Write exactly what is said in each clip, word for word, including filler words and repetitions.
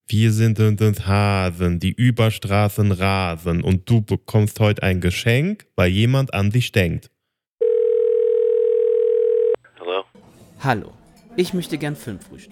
Wir sind und uns Hasen, die Überstraßen rasen und du bekommst heute ein Geschenk, weil jemand an dich denkt. Hallo? Hallo, ich möchte gern Film frühstücken.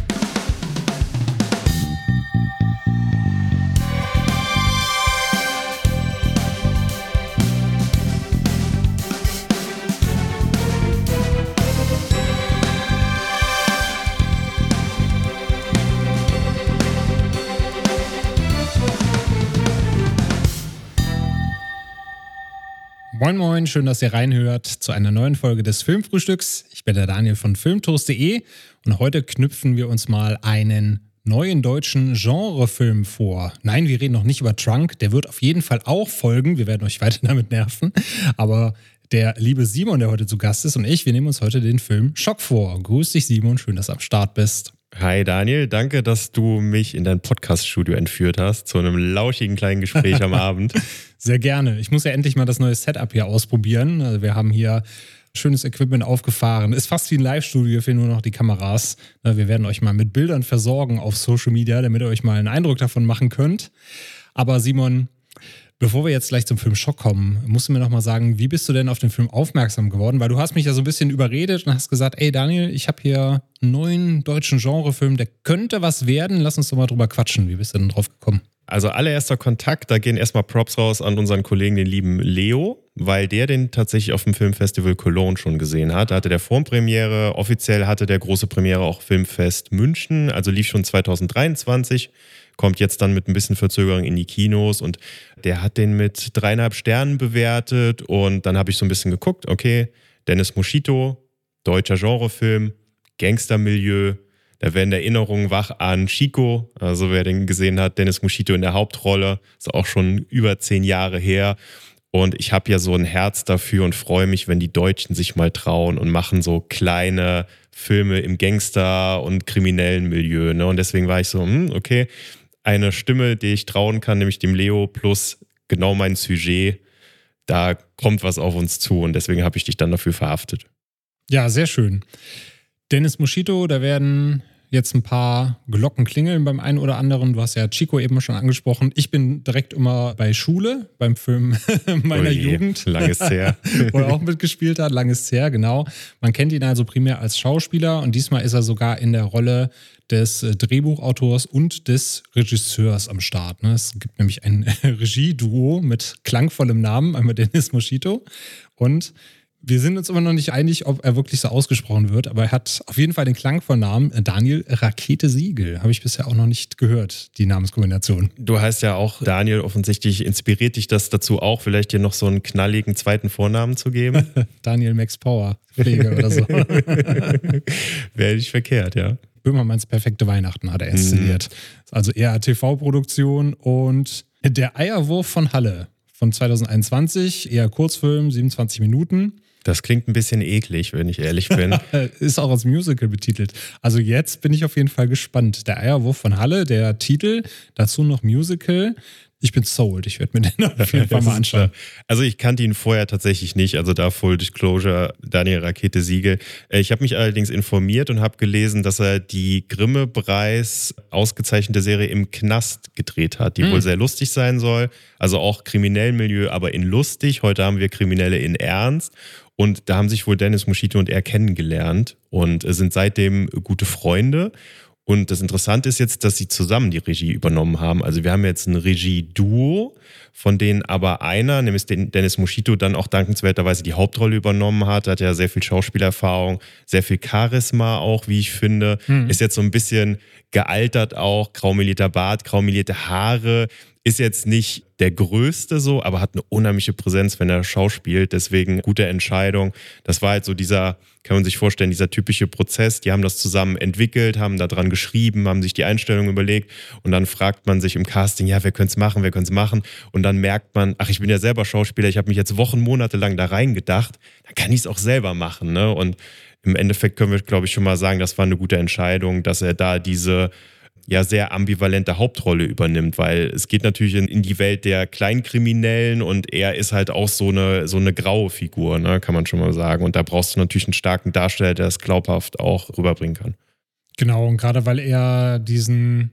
Moin Moin, schön, dass ihr reinhört zu einer neuen Folge des Filmfrühstücks. Ich bin der Daniel von filmtoast punkt de und heute knüpfen wir uns mal einen neuen deutschen Genrefilm vor. Nein, wir reden noch nicht über Trunk, der wird auf jeden Fall auch folgen, wir werden euch weiter damit nerven, aber der liebe Simon, der heute zu Gast ist, und ich, wir nehmen uns heute den Film Schock vor. Grüß dich Simon, schön, dass du am Start bist. Hi Daniel, danke, dass du mich in dein Podcast-Studio entführt hast, zu einem lauschigen kleinen Gespräch am Abend. Sehr gerne. Ich muss ja endlich mal das neue Setup hier ausprobieren. Also wir haben hier schönes Equipment aufgefahren. Ist fast wie ein Live-Studio, fehlen nur noch die Kameras. Wir werden euch mal mit Bildern versorgen auf Social Media, damit ihr euch mal einen Eindruck davon machen könnt. Aber Simon, bevor wir jetzt gleich zum Film Schock kommen, musst du mir noch mal sagen, wie bist du denn auf den Film aufmerksam geworden? Weil du hast mich ja so ein bisschen überredet und hast gesagt, ey Daniel, ich habe hier einen neuen deutschen Genrefilm, der könnte was werden. Lass uns doch mal drüber quatschen. Wie bist du denn drauf gekommen? Also allererster Kontakt, da gehen erstmal Props raus an unseren Kollegen, den lieben Leo, weil der den tatsächlich auf dem Filmfestival Cologne schon gesehen hat. Da hatte der Formpremiere, offiziell hatte der große Premiere auch Filmfest München, also lief schon zwanzig dreiundzwanzig, kommt jetzt dann mit ein bisschen Verzögerung in die Kinos und der hat den mit dreieinhalb Sternen bewertet und dann habe ich so ein bisschen geguckt, okay, Dennis Moschito, deutscher Genrefilm, Gangstermilieu. Da werden Erinnerungen wach an Chico, also wer den gesehen hat, Dennis Moschito in der Hauptrolle, ist auch schon über zehn Jahre her. Und ich habe ja so ein Herz dafür und freue mich, wenn die Deutschen sich mal trauen und machen so kleine Filme im Gangster- und kriminellen Milieu. Ne? Und deswegen war ich so, hm, okay, eine Stimme, die ich trauen kann, nämlich dem Leo plus genau mein Sujet, da kommt was auf uns zu und deswegen habe ich dich dann dafür verhaftet. Ja, sehr schön. Dennis Moschito, da werden jetzt ein paar Glocken klingeln beim einen oder anderen. Du hast ja Chico eben schon angesprochen. Ich bin direkt immer bei Schule, beim Film meiner Oje, Jugend. Langes her. Wo er auch mitgespielt hat, langes her, genau. Man kennt ihn also primär als Schauspieler und diesmal ist er sogar in der Rolle des Drehbuchautors und des Regisseurs am Start. Es gibt nämlich ein Regieduo mit klangvollem Namen, einmal Dennis Moschito und wir sind uns immer noch nicht einig, ob er wirklich so ausgesprochen wird, aber er hat auf jeden Fall den klangvollen Namen Daniel Rakete Siegel. Habe ich bisher auch noch nicht gehört, die Namenskombination. Du heißt ja auch Daniel, offensichtlich inspiriert dich das dazu auch, vielleicht dir noch so einen knalligen zweiten Vornamen zu geben? Daniel Max Power, Pflege oder so. Wäre nicht verkehrt, ja. Böhmermanns perfekte Weihnachten hat er inszeniert. Mhm. Also eher T V-Produktion und der Eierwurf von Halle von zwanzig einundzwanzig, eher Kurzfilm, siebenundzwanzig Minuten. Das klingt ein bisschen eklig, wenn ich ehrlich bin. Ist auch als Musical betitelt. Also jetzt bin ich auf jeden Fall gespannt. Der Eierwurf von Halle, der Titel, dazu noch Musical. Ich bin sold, ich werde mir den auf jeden Fall mal anschauen. Also ich kannte ihn vorher tatsächlich nicht, also da Full Disclosure, Daniel Rakete Siegel. Ich habe mich allerdings informiert und habe gelesen, dass er die Grimme-Preis ausgezeichnete Serie Im Knast gedreht hat, die mhm. wohl sehr lustig sein soll. Also auch kriminellen Milieu, aber in lustig. Heute haben wir Kriminelle in Ernst. Und da haben sich wohl Dennis Moschito und er kennengelernt und sind seitdem gute Freunde. Und das Interessante ist jetzt, dass sie zusammen die Regie übernommen haben. Also wir haben jetzt ein Regie-Duo, von denen aber einer, nämlich Dennis Moschito, dann auch dankenswerterweise die Hauptrolle übernommen hat. Hat ja sehr viel Schauspielerfahrung, sehr viel Charisma auch, wie ich finde. Hm. Ist jetzt so ein bisschen gealtert auch, graumelierter Bart, graumelierte Haare. Ist jetzt nicht der Größte so, aber hat eine unheimliche Präsenz, wenn er schauspielt. Deswegen gute Entscheidung. Das war halt so dieser, kann man sich vorstellen, dieser typische Prozess. Die haben das zusammen entwickelt, haben da dran geschrieben, haben sich die Einstellung überlegt und dann fragt man sich im Casting, ja, wer könnte es machen, wer könnte es machen? Und dann merkt man, ach, ich bin ja selber Schauspieler, ich habe mich jetzt Wochen, Monate lang da reingedacht, dann kann ich es auch selber machen. Ne? Und im Endeffekt können wir, glaube ich, schon mal sagen, das war eine gute Entscheidung, dass er da diese ja sehr ambivalente Hauptrolle übernimmt, weil es geht natürlich in, in die Welt der Kleinkriminellen und er ist halt auch so eine, so eine graue Figur, ne, kann man schon mal sagen. Und da brauchst du natürlich einen starken Darsteller, der es glaubhaft auch rüberbringen kann. Genau, und gerade weil er diesen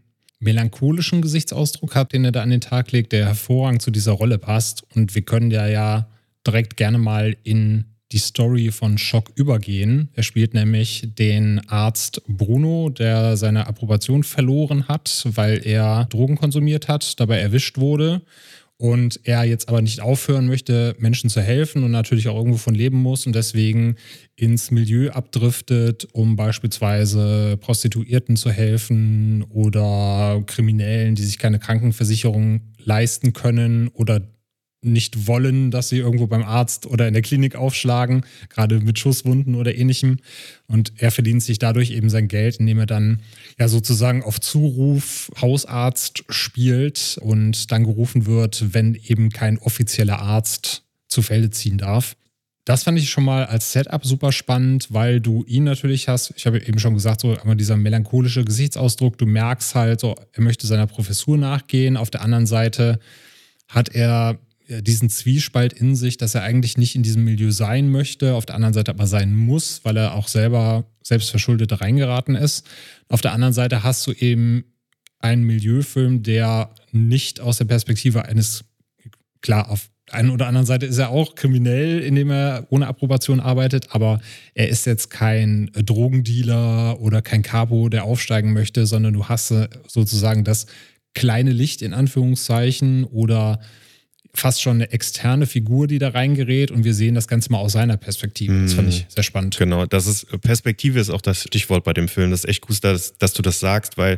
melancholischen Gesichtsausdruck hat, den er da an den Tag legt, der hervorragend zu dieser Rolle passt. Und wir können ja ja direkt gerne mal in die Story von Schock übergehen. Er spielt nämlich den Arzt Bruno, der seine Approbation verloren hat, weil er Drogen konsumiert hat, dabei erwischt wurde und er jetzt aber nicht aufhören möchte, Menschen zu helfen und natürlich auch irgendwo von leben muss und deswegen ins Milieu abdriftet, um beispielsweise Prostituierten zu helfen oder Kriminellen, die sich keine Krankenversicherung leisten können oder nicht wollen, dass sie irgendwo beim Arzt oder in der Klinik aufschlagen, gerade mit Schusswunden oder ähnlichem. Und er verdient sich dadurch eben sein Geld, indem er dann ja sozusagen auf Zuruf Hausarzt spielt und dann gerufen wird, wenn eben kein offizieller Arzt zu Felde ziehen darf. Das fand ich schon mal als Setup super spannend, weil du ihn natürlich hast, ich habe eben schon gesagt, so einmal dieser melancholische Gesichtsausdruck, du merkst halt so, er möchte seiner Professur nachgehen. Auf der anderen Seite hat er diesen Zwiespalt in sich, dass er eigentlich nicht in diesem Milieu sein möchte, auf der anderen Seite aber sein muss, weil er auch selber selbstverschuldet reingeraten ist. Auf der anderen Seite hast du eben einen Milieufilm, der nicht aus der Perspektive eines, klar, auf der einen oder anderen Seite ist er auch kriminell, indem er ohne Approbation arbeitet, aber er ist jetzt kein Drogendealer oder kein Capo, der aufsteigen möchte, sondern du hast sozusagen das kleine Licht in Anführungszeichen oder fast schon eine externe Figur, die da reingerät und wir sehen das Ganze mal aus seiner Perspektive. Das fand ich sehr spannend. Genau, das ist, Perspektive ist auch das Stichwort bei dem Film. Das ist echt gut, dass, dass du das sagst, weil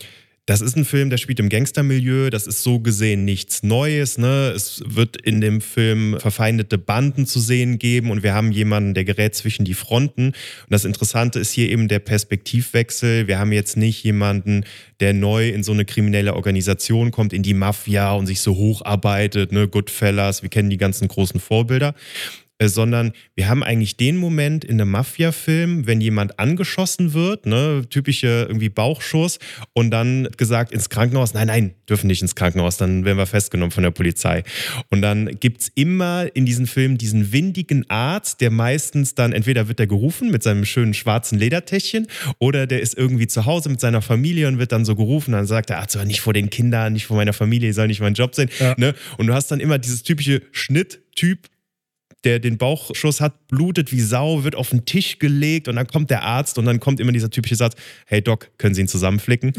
das ist ein Film, der spielt im Gangstermilieu, das ist so gesehen nichts Neues, ne? Es wird in dem Film verfeindete Banden zu sehen geben und wir haben jemanden, der gerät zwischen die Fronten. Und das Interessante ist hier eben der Perspektivwechsel. Wir haben jetzt nicht jemanden, der neu in so eine kriminelle Organisation kommt, in die Mafia und sich so hocharbeitet, ne? Goodfellas, wir kennen die ganzen großen Vorbilder. Sondern wir haben eigentlich den Moment in einem Mafia-Film, wenn jemand angeschossen wird, ne, typische irgendwie Bauchschuss und dann gesagt ins Krankenhaus, nein, nein, dürfen nicht ins Krankenhaus, dann werden wir festgenommen von der Polizei. Und dann gibt's immer in diesen Filmen diesen windigen Arzt, der meistens dann, entweder wird er gerufen mit seinem schönen schwarzen Ledertäschchen oder der ist irgendwie zu Hause mit seiner Familie und wird dann so gerufen, dann sagt der Arzt, so, nicht vor den Kindern, nicht vor meiner Familie, ich soll nicht meinen Job sehen. Ja. Ne? Und du hast dann immer dieses typische Schnitttyp, der den Bauchschuss hat, blutet wie Sau, wird auf den Tisch gelegt und dann kommt der Arzt und dann kommt immer dieser typische Satz, hey Doc, können Sie ihn zusammenflicken?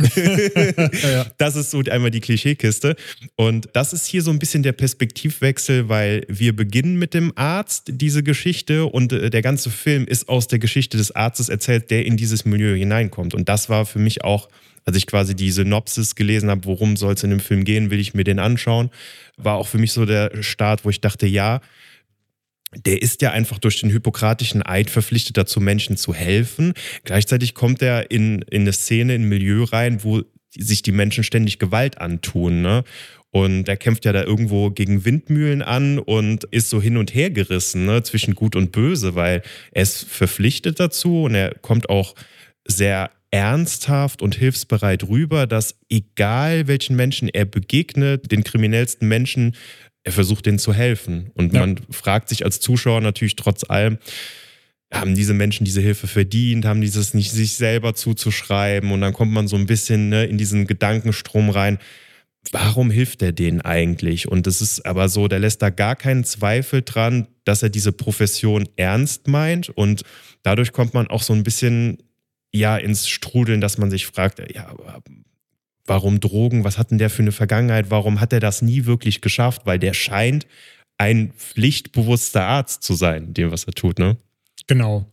ja, ja. Das ist so einmal die Klischeekiste und das ist hier so ein bisschen der Perspektivwechsel, weil wir beginnen mit dem Arzt, diese Geschichte und der ganze Film ist aus der Geschichte des Arztes erzählt, der in dieses Milieu hineinkommt und das war für mich auch, als ich quasi die Synopsis gelesen habe, worum soll es in dem Film gehen, will ich mir den anschauen, war auch für mich so der Start, wo ich dachte, ja, der ist ja einfach durch den hippokratischen Eid verpflichtet dazu, Menschen zu helfen. Gleichzeitig kommt er in, in eine Szene, in ein Milieu rein, wo sich die Menschen ständig Gewalt antun, ne? Und er kämpft ja da irgendwo gegen Windmühlen an und ist so hin und her gerissen, ne? Zwischen Gut und Böse, weil er ist verpflichtet dazu und er kommt auch sehr ernsthaft und hilfsbereit rüber, dass egal welchen Menschen er begegnet, den kriminellsten Menschen, er versucht denen zu helfen. Und ja. man fragt sich als Zuschauer natürlich trotz allem, haben diese Menschen diese Hilfe verdient, haben dieses nicht sich selber zuzuschreiben und dann kommt man so ein bisschen ne, in diesen Gedankenstrom rein, warum hilft er denen eigentlich? Und das ist aber so, der lässt da gar keinen Zweifel dran, dass er diese Profession ernst meint und dadurch kommt man auch so ein bisschen ja ins Strudeln, dass man sich fragt, ja, aber warum Drogen? Was hat denn der für eine Vergangenheit? Warum hat er das nie wirklich geschafft? Weil der scheint ein pflichtbewusster Arzt zu sein, dem, was er tut, ne? Genau.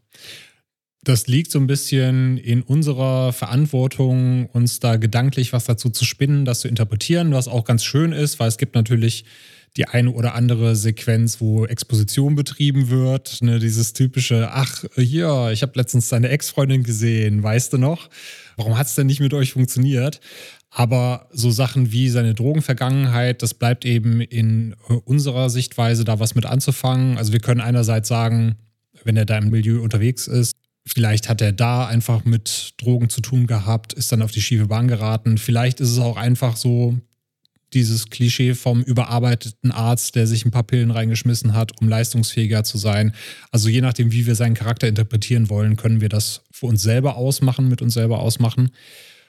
Das liegt so ein bisschen in unserer Verantwortung, uns da gedanklich was dazu zu spinnen, das zu interpretieren, was auch ganz schön ist, weil es gibt natürlich die eine oder andere Sequenz, wo Exposition betrieben wird, ne, dieses typische, ach, hier, ich habe letztens deine Ex-Freundin gesehen, weißt du noch? Warum hat es denn nicht mit euch funktioniert? Aber so Sachen wie seine Drogenvergangenheit, das bleibt eben in unserer Sichtweise da was mit anzufangen. Also wir können einerseits sagen, wenn er da im Milieu unterwegs ist, vielleicht hat er da einfach mit Drogen zu tun gehabt, ist dann auf die schiefe Bahn geraten. Vielleicht ist es auch einfach so dieses Klischee vom überarbeiteten Arzt, der sich ein paar Pillen reingeschmissen hat, um leistungsfähiger zu sein. Also je nachdem, wie wir seinen Charakter interpretieren wollen, können wir das für uns selber ausmachen, mit uns selber ausmachen.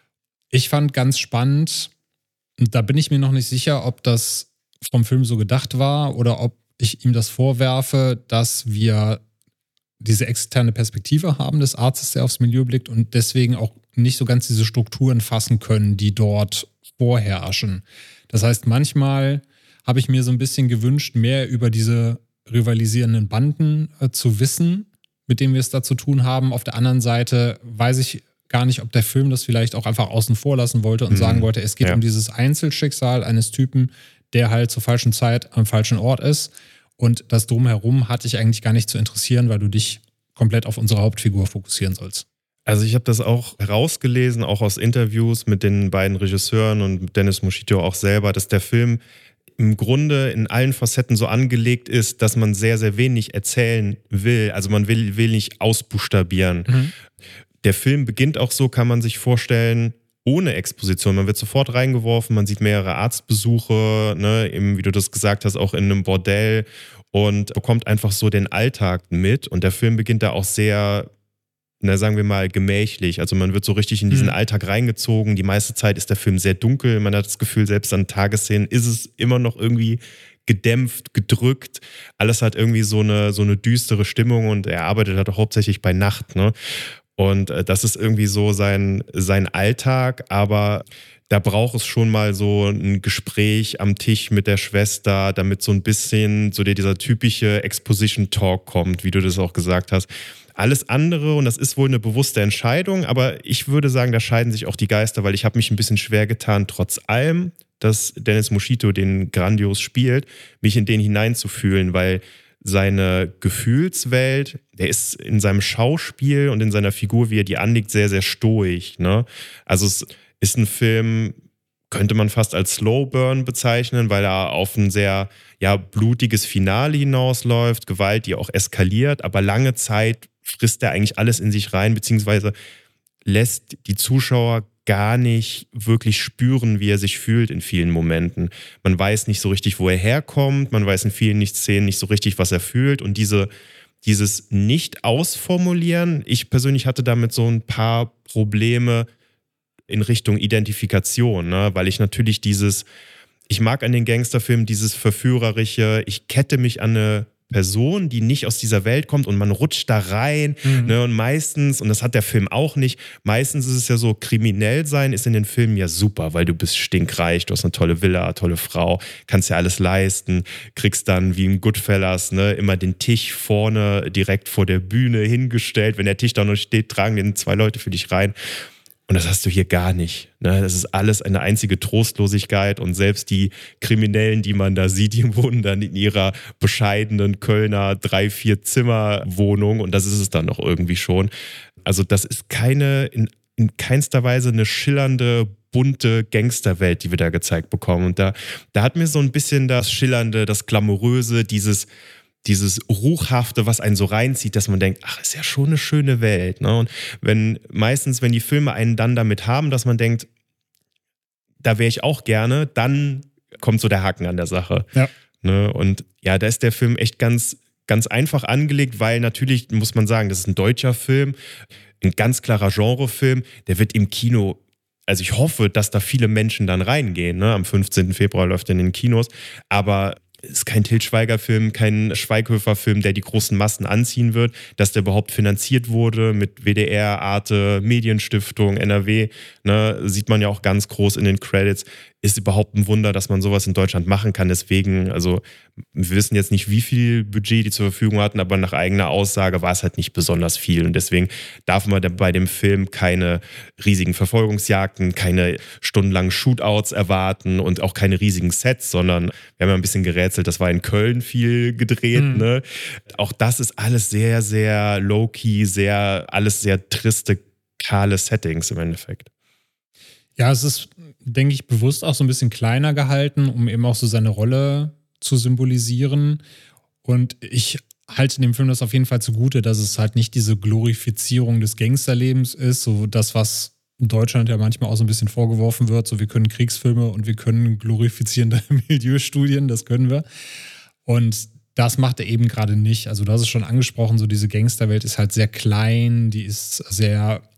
Ich fand ganz spannend, und da bin ich mir noch nicht sicher, ob das vom Film so gedacht war oder ob ich ihm das vorwerfe, dass wir diese externe Perspektive haben des Arztes, der aufs Milieu blickt und deswegen auch nicht so ganz diese Strukturen fassen können, die dort vorherrschen. Das heißt, manchmal habe ich mir so ein bisschen gewünscht, mehr über diese rivalisierenden Banden äh, zu wissen, mit denen wir es da zu tun haben. Auf der anderen Seite weiß ich gar nicht, ob der Film das vielleicht auch einfach außen vor lassen wollte und mhm. sagen wollte, es geht ja. um dieses Einzelschicksal eines Typen, der halt zur falschen Zeit am falschen Ort ist. Und das Drumherum hat dich eigentlich gar nicht zu interessieren, weil du dich komplett auf unsere Hauptfigur fokussieren sollst. Also ich habe das auch herausgelesen, auch aus Interviews mit den beiden Regisseuren und Dennis Moschito auch selber, dass der Film im Grunde in allen Facetten so angelegt ist, dass man sehr, sehr wenig erzählen will. Also man will, will nicht ausbuchstabieren. Mhm. Der Film beginnt auch so, kann man sich vorstellen, ohne Exposition. Man wird sofort reingeworfen, man sieht mehrere Arztbesuche, ne, eben, wie du das gesagt hast, auch in einem Bordell und bekommt einfach so den Alltag mit. Und der Film beginnt da auch sehr, na, sagen wir mal, gemächlich. Also man wird so richtig in diesen mhm. Alltag reingezogen. Die meiste Zeit ist der Film sehr dunkel. Man hat das Gefühl, selbst an Tagesszenen ist es immer noch irgendwie gedämpft, gedrückt. Alles hat irgendwie so eine, so eine düstere Stimmung und er arbeitet halt auch hauptsächlich bei Nacht, ne? Und das ist irgendwie so sein, sein Alltag, aber da braucht es schon mal so ein Gespräch am Tisch mit der Schwester, damit so ein bisschen so dieser typische Exposition-Talk kommt, wie du das auch gesagt hast. Alles andere, und das ist wohl eine bewusste Entscheidung, aber ich würde sagen, da scheiden sich auch die Geister, weil ich habe mich ein bisschen schwer getan, trotz allem, dass Dennis Moschito den grandios spielt, mich in den hineinzufühlen, weil seine Gefühlswelt, der ist in seinem Schauspiel und in seiner Figur, wie er die anlegt, sehr, sehr stoisch, ne? Also es ist ein Film, könnte man fast als Slow Burn bezeichnen, weil er auf ein sehr ja, blutiges Finale hinausläuft, Gewalt, die auch eskaliert, aber lange Zeit frisst er eigentlich alles in sich rein, beziehungsweise lässt die Zuschauer gar nicht wirklich spüren, wie er sich fühlt in vielen Momenten. Man weiß nicht so richtig, wo er herkommt, man weiß in vielen Szenen nicht so richtig, was er fühlt und diese, dieses Nicht-Ausformulieren, ich persönlich hatte damit so ein paar Probleme in Richtung Identifikation, ne? Weil ich natürlich dieses, ich mag an den Gangsterfilmen dieses Verführerische, ich kette mich an eine Person, die nicht aus dieser Welt kommt und man rutscht da rein, mhm. ne, und meistens, und das hat der Film auch nicht, meistens ist es ja so, kriminell sein ist in den Filmen ja super, weil du bist stinkreich, du hast eine tolle Villa, tolle Frau, kannst ja alles leisten, kriegst dann wie in Goodfellas, ne, immer den Tisch vorne direkt vor der Bühne hingestellt, wenn der Tisch da noch steht, tragen den zwei Leute für dich rein. Und das hast du hier gar nicht. Ne? Das ist alles eine einzige Trostlosigkeit und selbst die Kriminellen, die man da sieht, die wohnen dann in ihrer bescheidenen Kölner drei-, vier-Zimmer-Wohnung und das ist es dann noch irgendwie schon. Also das ist keine, in, in keinster Weise eine schillernde, bunte Gangsterwelt, die wir da gezeigt bekommen. Und da, da hat mir so ein bisschen das Schillernde, das Glamouröse, dieses dieses Ruchhafte, was einen so reinzieht, dass man denkt, ach, ist ja schon eine schöne Welt. Ne? Und wenn meistens, wenn die Filme einen dann damit haben, dass man denkt, da wäre ich auch gerne, dann kommt so der Haken an der Sache. Ja. Ne? Und ja, da ist der Film echt ganz, ganz einfach angelegt, weil natürlich, muss man sagen, das ist ein deutscher Film, ein ganz klarer Genrefilm, der wird im Kino, also ich hoffe, dass da viele Menschen dann reingehen. Ne? Am fünfzehnten Februar läuft er in den Kinos, aber ist kein Til Schweiger-Film, kein Schweighöfer-Film, der die großen Massen anziehen wird, dass der überhaupt finanziert wurde mit W D R, Arte, Medienstiftung, N R W, ne, sieht man ja auch ganz groß in den Credits, ist überhaupt ein Wunder, dass man sowas in Deutschland machen kann. Deswegen, also wir wissen jetzt nicht, wie viel Budget die zur Verfügung hatten, aber nach eigener Aussage war es halt nicht besonders viel und deswegen darf man bei dem Film keine riesigen Verfolgungsjagden, keine stundenlangen Shootouts erwarten und auch keine riesigen Sets, sondern wir haben ja ein bisschen gerätselt, das war in Köln viel gedreht. Mhm. Ne? Auch das ist alles sehr, sehr low-key, sehr, alles sehr triste, kahle Settings im Endeffekt. Ja, es ist, denke ich, bewusst auch so ein bisschen kleiner gehalten, um eben auch so seine Rolle zu symbolisieren. Und ich halte dem Film das auf jeden Fall zugute, dass es halt nicht diese Glorifizierung des Gangsterlebens ist, so das, was in Deutschland ja manchmal auch so ein bisschen vorgeworfen wird, so wir können Kriegsfilme und wir können glorifizierende Milieustudien, das können wir. Und das macht er eben gerade nicht. Also du hast es schon angesprochen, so diese Gangsterwelt ist halt sehr klein, die ist sehr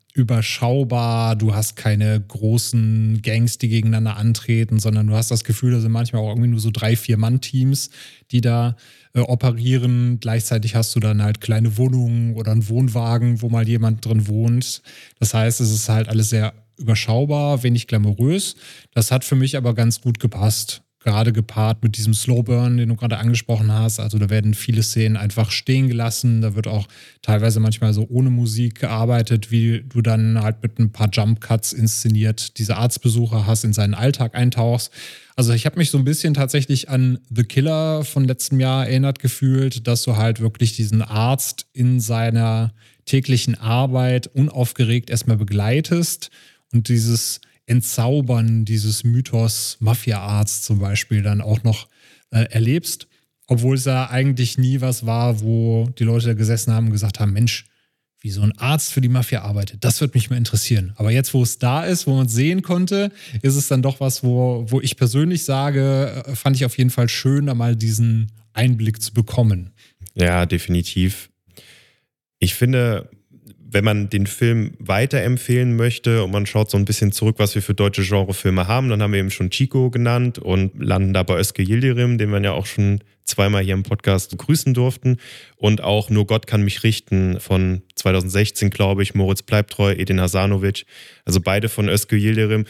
überschaubar, du hast keine großen Gangs, die gegeneinander antreten, sondern du hast das Gefühl, da sind manchmal auch irgendwie nur so drei, vier Mann-Teams, die da äh, operieren. Gleichzeitig hast du dann halt kleine Wohnungen oder einen Wohnwagen, wo mal jemand drin wohnt. Das heißt, es ist halt alles sehr überschaubar, wenig glamourös. Das hat für mich aber ganz gut gepasst. Gerade gepaart mit diesem Slowburn, den du gerade angesprochen hast. Also da werden viele Szenen einfach stehen gelassen. Da wird auch teilweise manchmal so ohne Musik gearbeitet, wie du dann halt mit ein paar Jump-Cuts inszeniert diese Arztbesuche hast, in seinen Alltag eintauchst. Also ich habe mich so ein bisschen tatsächlich an The Killer von letztem Jahr erinnert gefühlt, dass du halt wirklich diesen Arzt in seiner täglichen Arbeit unaufgeregt erstmal begleitest und dieses Entzaubern dieses Mythos Mafia-Arzt zum Beispiel dann auch noch äh, erlebst, obwohl es ja eigentlich nie was war, wo die Leute da gesessen haben und gesagt haben, Mensch, wie so ein Arzt für die Mafia arbeitet, das würde mich mal interessieren. Aber jetzt, wo es da ist, wo man es sehen konnte, ist es dann doch was, wo, wo ich persönlich sage, äh, fand ich auf jeden Fall schön, da mal diesen Einblick zu bekommen. Ja, definitiv. Ich finde, wenn man den Film weiterempfehlen möchte und man schaut so ein bisschen zurück, was wir für deutsche Genrefilme haben, dann haben wir eben schon Chico genannt und landen da bei Özge Yildirim, den wir ja auch schon zweimal hier im Podcast grüßen durften, und auch Nur Gott kann mich richten von zwanzig sechzehn, glaube ich, Moritz Bleibtreu, Edin Hasanovic, also beide von Özge Yildirim.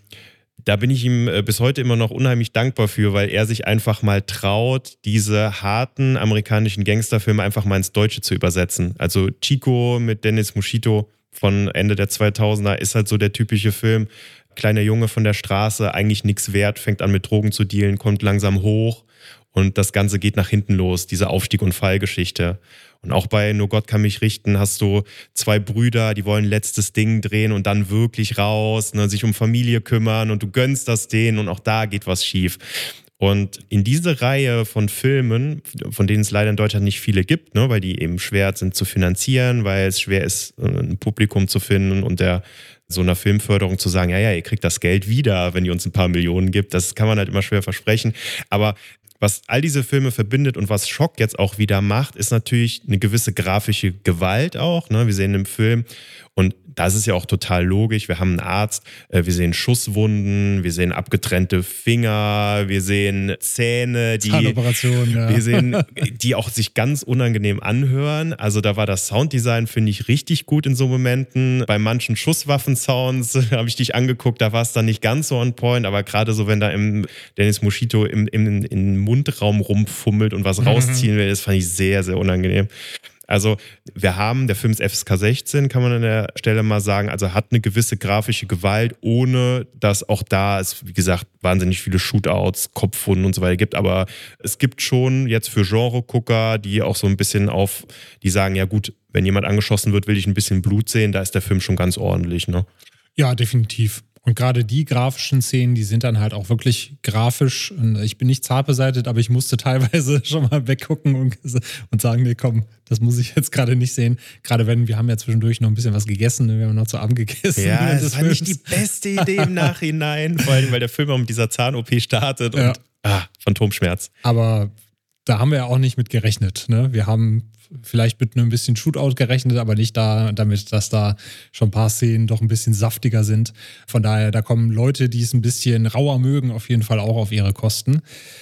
Da bin ich ihm bis heute immer noch unheimlich dankbar für, weil er sich einfach mal traut, diese harten amerikanischen Gangsterfilme einfach mal ins Deutsche zu übersetzen. Also Chico mit Dennis Moschito von Ende der zweitausender ist halt so der typische Film. Kleiner Junge von der Straße, eigentlich nichts wert, fängt an mit Drogen zu dealen, kommt langsam hoch und das Ganze geht nach hinten los, diese Aufstieg- und Fallgeschichte. Und auch bei Nur Gott kann mich richten hast du zwei Brüder, die wollen letztes Ding drehen und dann wirklich raus, ne, sich um Familie kümmern und du gönnst das denen und auch da geht was schief. Und in diese Reihe von Filmen, von denen es leider in Deutschland nicht viele gibt, ne, weil die eben schwer sind zu finanzieren, weil es schwer ist, ein Publikum zu finden und der so einer Filmförderung zu sagen, ja, ja, ihr kriegt das Geld wieder, wenn ihr uns ein paar Millionen gibt, das kann man halt immer schwer versprechen. Aber was all diese Filme verbindet und was Schock jetzt auch wieder macht, ist natürlich eine gewisse grafische Gewalt auch. Ne? Wir sehen im Film, und das ist ja auch total logisch, wir haben einen Arzt, wir sehen Schusswunden, wir sehen abgetrennte Finger, wir sehen Zähne, die, Zahnoperationen, ja. wir sehen, die auch sich ganz unangenehm anhören. Also da war das Sounddesign, finde ich, richtig gut in so Momenten. Bei manchen Schusswaffen-Sounds habe ich dich angeguckt, da war es dann nicht ganz so on point, aber gerade so, wenn da im Dennis Moschito im, im, im Mundraum rumfummelt und was rausziehen will, das fand ich sehr, sehr unangenehm. Also wir haben, der Film ist F S K sechzehn, kann man an der Stelle mal sagen, also hat eine gewisse grafische Gewalt, ohne dass auch da es, wie gesagt, wahnsinnig viele Shootouts, Kopfwunden und so weiter gibt, aber es gibt schon jetzt für Genre-Gucker, die auch so ein bisschen auf, die sagen, ja gut, wenn jemand angeschossen wird, will ich ein bisschen Blut sehen, da ist der Film schon ganz ordentlich, ne? Ja, definitiv. Und gerade die grafischen Szenen, die sind dann halt auch wirklich grafisch. Und ich bin nicht zart beseitigt, aber ich musste teilweise schon mal weggucken und, und sagen, nee, komm, das muss ich jetzt gerade nicht sehen. Gerade wenn, wir haben ja zwischendurch noch ein bisschen was gegessen, wir haben noch zu Abend gegessen. Ja, das war Films. Nicht die beste Idee im Nachhinein, vor allem, weil der Film auch mit dieser Zahn-O P startet und ja. ah, Phantomschmerz. Aber da haben wir ja auch nicht mit gerechnet, ne? Wir haben vielleicht mit einem bisschen Shootout gerechnet, aber nicht da, damit, dass da schon ein paar Szenen doch ein bisschen saftiger sind. Von daher, da kommen Leute, die es ein bisschen rauer mögen, auf jeden Fall auch auf ihre Kosten.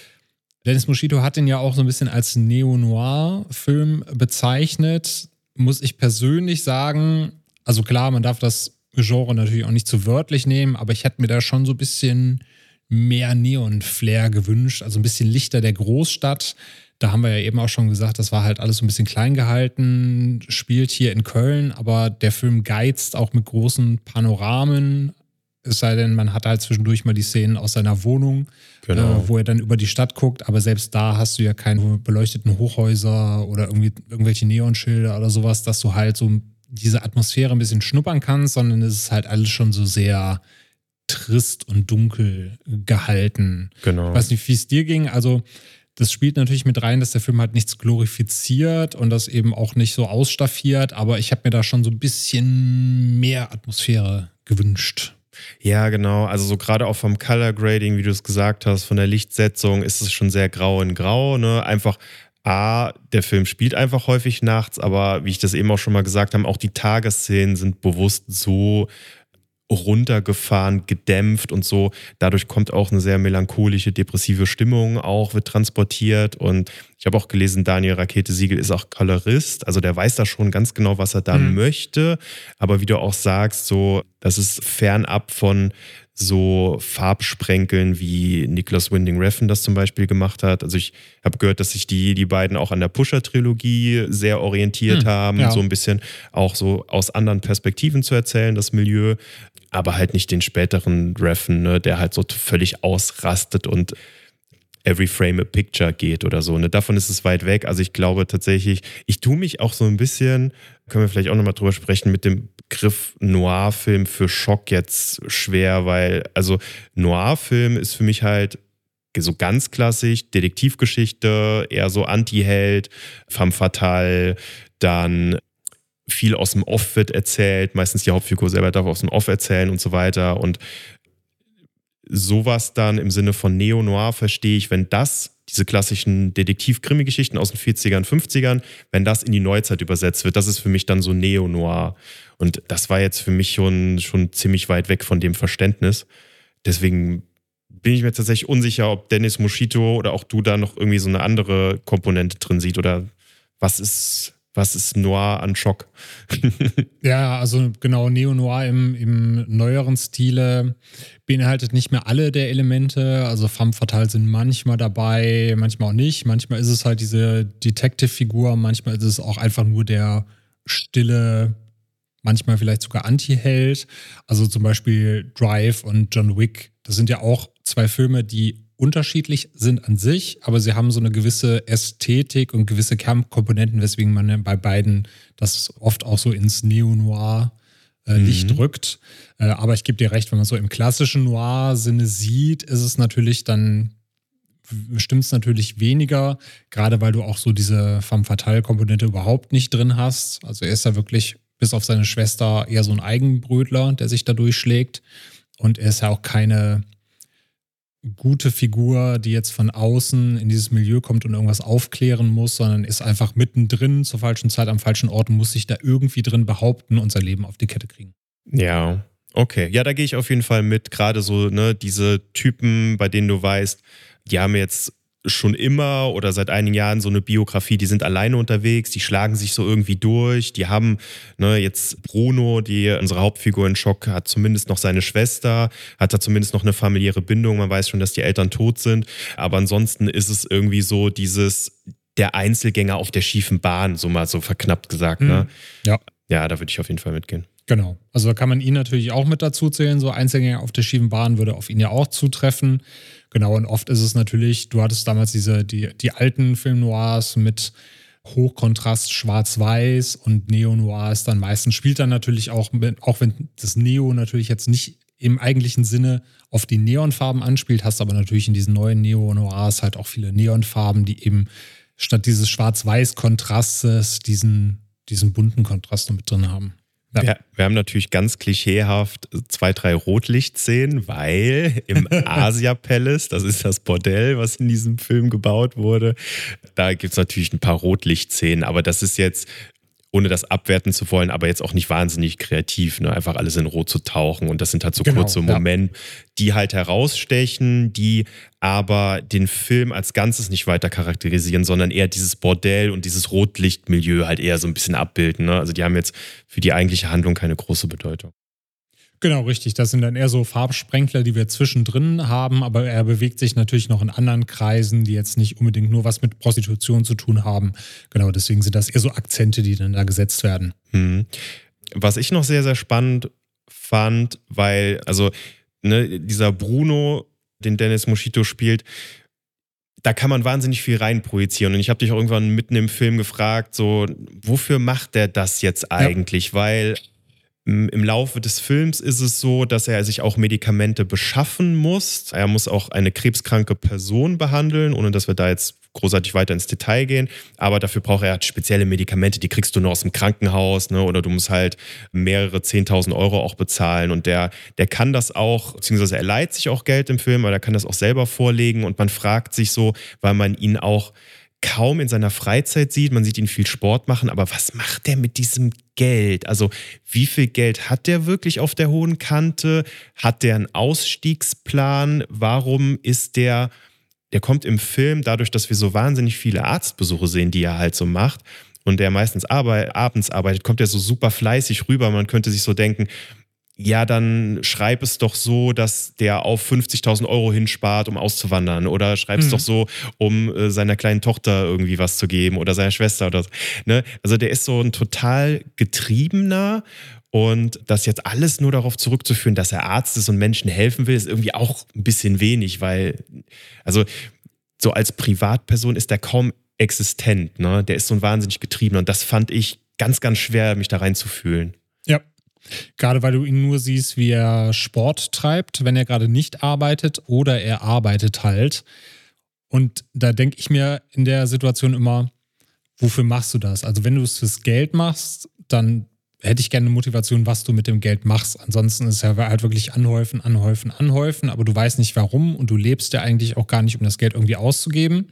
Dennis Moschito hat den ja auch so ein bisschen als Neo-Noir-Film bezeichnet. Muss ich persönlich sagen, also klar, man darf das Genre natürlich auch nicht zu wörtlich nehmen, aber ich hätte mir da schon so ein bisschen mehr Neon-Flair gewünscht, also ein bisschen Lichter der Großstadt. Da haben wir ja eben auch schon gesagt, das war halt alles so ein bisschen klein gehalten, spielt hier in Köln, aber der Film geizt auch mit großen Panoramen, es sei denn, man hat halt zwischendurch mal die Szenen aus seiner Wohnung, genau. äh, wo er dann über die Stadt guckt, aber selbst da hast du ja keine beleuchteten Hochhäuser oder irgendwie irgendwelche Neonschilder oder sowas, dass du halt so diese Atmosphäre ein bisschen schnuppern kannst, sondern es ist halt alles schon so sehr trist und dunkel gehalten. Genau. Ich weiß nicht, wie es dir ging, also das spielt natürlich mit rein, dass der Film halt nichts glorifiziert und das eben auch nicht so ausstaffiert, aber ich habe mir da schon so ein bisschen mehr Atmosphäre gewünscht. Ja, genau. Also so gerade auch vom Color Grading, wie du es gesagt hast, von der Lichtsetzung ist es schon sehr grau in grau, ne? Einfach A, der Film spielt einfach häufig nachts, aber wie ich das eben auch schon mal gesagt habe, auch die Tagesszenen sind bewusst so runtergefahren, gedämpft und so. Dadurch kommt auch eine sehr melancholische, depressive Stimmung auch, wird transportiert. Und ich habe auch gelesen, Daniel Rakete-Siegel ist auch Colorist, also der weiß da schon ganz genau, was er da mhm. möchte. Aber wie du auch sagst, so, das ist fernab von so Farbsprenkeln, wie Nicolas Winding Refn das zum Beispiel gemacht hat. Also ich habe gehört, dass sich die, die beiden auch an der Pusher-Trilogie sehr orientiert hm, haben, ja. so ein bisschen auch so aus anderen Perspektiven zu erzählen, das Milieu, aber halt nicht den späteren Refn, ne, der halt so völlig ausrastet und every frame a picture geht oder so. Ne? Davon ist es weit weg. Also ich glaube tatsächlich, ich tue mich auch so ein bisschen, können wir vielleicht auch nochmal drüber sprechen, mit dem Begriff Noir-Film für Schock jetzt schwer, weil also Noir-Film ist für mich halt so ganz klassisch, Detektivgeschichte, eher so Anti-Held, femme fatale, dann viel aus dem Off wird erzählt, meistens die Hauptfigur selber darf aus dem Off erzählen und so weiter und sowas dann im Sinne von Neo-Noir verstehe ich, wenn das, diese klassischen Detektiv-Krimi-Geschichten aus den vierzigern, fünfzigern, wenn das in die Neuzeit übersetzt wird, das ist für mich dann so Neo-Noir. Und das war jetzt für mich schon, schon ziemlich weit weg von dem Verständnis. Deswegen bin ich mir tatsächlich unsicher, ob Dennis Moschito oder auch du da noch irgendwie so eine andere Komponente drin sieht oder was ist... Was ist Noir an Schock? Ja, also genau, Neo-Noir im, im neueren Stile beinhaltet nicht mehr alle der Elemente. Also femme fatale sind manchmal dabei, manchmal auch nicht. Manchmal ist es halt diese Detective-Figur, manchmal ist es auch einfach nur der stille, manchmal vielleicht sogar Anti-Held. Also zum Beispiel Drive und John Wick. Das sind ja auch zwei Filme, die unterschiedlich sind an sich, aber sie haben so eine gewisse Ästhetik und gewisse Kernkomponenten, weswegen man bei beiden das oft auch so ins Neo-Noir-Licht mhm. rückt. Äh, aber ich gebe dir recht, wenn man so im klassischen Noir-Sinne sieht, ist es natürlich dann, stimmt es natürlich weniger, gerade weil du auch so diese femme fatale-Komponente überhaupt nicht drin hast. Also er ist ja wirklich bis auf seine Schwester eher so ein Eigenbrötler, der sich da durchschlägt. Und er ist ja auch keine gute Figur, die jetzt von außen in dieses Milieu kommt und irgendwas aufklären muss, sondern ist einfach mittendrin zur falschen Zeit am falschen Ort und muss sich da irgendwie drin behaupten und sein Leben auf die Kette kriegen. Ja, okay. Ja, da gehe ich auf jeden Fall mit. Gerade so, ne, diese Typen, bei denen du weißt, die haben jetzt schon immer oder seit einigen Jahren so eine Biografie, die sind alleine unterwegs, die schlagen sich so irgendwie durch, die haben, ne, jetzt Bruno, die unsere Hauptfigur in Schock, hat zumindest noch seine Schwester, hat da zumindest noch eine familiäre Bindung, man weiß schon, dass die Eltern tot sind, aber ansonsten ist es irgendwie so dieses, der Einzelgänger auf der schiefen Bahn, so mal so verknappt gesagt, mhm. ne? Ja. Ja, da würde ich auf jeden Fall mitgehen. Genau, also da kann man ihn natürlich auch mit dazu zählen, so Einzelgänger auf der schiefen Bahn würde auf ihn ja auch zutreffen. Genau, und oft ist es natürlich, du hattest damals diese, die, die alten Film-Noirs mit Hochkontrast schwarz-weiß und Neo-Noir ist dann meistens, spielt dann natürlich auch, auch wenn das Neo natürlich jetzt nicht im eigentlichen Sinne auf die Neonfarben anspielt, hast aber natürlich in diesen neuen Neo-Noirs halt auch viele Neonfarben, die eben statt dieses Schwarz-Weiß-Kontrastes diesen, diesen bunten Kontrast noch mit drin haben. Ja. Wir, wir haben natürlich ganz klischeehaft zwei, drei Rotlichtszenen, weil im Asia Palace, das ist das Bordell, was in diesem Film gebaut wurde, da gibt es natürlich ein paar Rotlichtszenen, aber das ist jetzt, ohne das abwerten zu wollen, aber jetzt auch nicht wahnsinnig kreativ, ne? Einfach alles in Rot zu tauchen und das sind halt so genau, kurze Momente, ja. die halt herausstechen, die aber den Film als Ganzes nicht weiter charakterisieren, sondern eher dieses Bordell und dieses Rotlichtmilieu halt eher so ein bisschen abbilden. Ne? Also die haben jetzt für die eigentliche Handlung keine große Bedeutung. Genau, richtig. Das sind dann eher so Farbsprenkler, die wir zwischendrin haben, aber er bewegt sich natürlich noch in anderen Kreisen, die jetzt nicht unbedingt nur was mit Prostitution zu tun haben. Genau, deswegen sind das eher so Akzente, die dann da gesetzt werden. Hm. Was ich noch sehr, sehr spannend fand, weil, also, ne, dieser Bruno, den Dennis Moschito spielt, da kann man wahnsinnig viel reinprojizieren. Und ich habe dich auch irgendwann mitten im Film gefragt, so, wofür macht der das jetzt eigentlich? Ja. Weil im Laufe des Films ist es so, dass er sich auch Medikamente beschaffen muss. Er muss auch eine krebskranke Person behandeln, ohne dass wir da jetzt großartig weiter ins Detail gehen. Aber dafür braucht er halt spezielle Medikamente, die kriegst du nur aus dem Krankenhaus, ne? Oder du musst halt mehrere zehntausend Euro auch bezahlen. Und der, der kann das auch, beziehungsweise er leiht sich auch Geld im Film, aber der kann das auch selber vorlegen. Und man fragt sich so, weil man ihn auch kaum in seiner Freizeit sieht. Man sieht ihn viel Sport machen, aber was macht der mit diesem Geld? Also wie viel Geld hat der wirklich auf der hohen Kante? Hat der einen Ausstiegsplan? Warum ist der, der kommt im Film, dadurch, dass wir so wahnsinnig viele Arztbesuche sehen, die er halt so macht, und der meistens arbeit, abends arbeitet, kommt er so super fleißig rüber. Man könnte sich so denken, ja, dann schreib es doch so, dass der auf fünfzigtausend Euro hinspart, um auszuwandern. Oder schreib es mhm. doch so, um äh, seiner kleinen Tochter irgendwie was zu geben oder seiner Schwester oder so. Ne? Also der ist so ein total getriebener, und das jetzt alles nur darauf zurückzuführen, dass er Arzt ist und Menschen helfen will, ist irgendwie auch ein bisschen wenig, weil, also so als Privatperson ist der kaum existent. Ne? Der ist so ein wahnsinnig getriebener, und das fand ich ganz, ganz schwer, mich da reinzufühlen. Ja. Gerade weil du ihn nur siehst, wie er Sport treibt, wenn er gerade nicht arbeitet, oder er arbeitet halt. Und da denke ich mir in der Situation immer, wofür machst du das? Also wenn du es fürs Geld machst, dann hätte ich gerne eine Motivation, was du mit dem Geld machst. Ansonsten ist es ja halt wirklich anhäufen, anhäufen, anhäufen, aber du weißt nicht warum, und du lebst ja eigentlich auch gar nicht, um das Geld irgendwie auszugeben.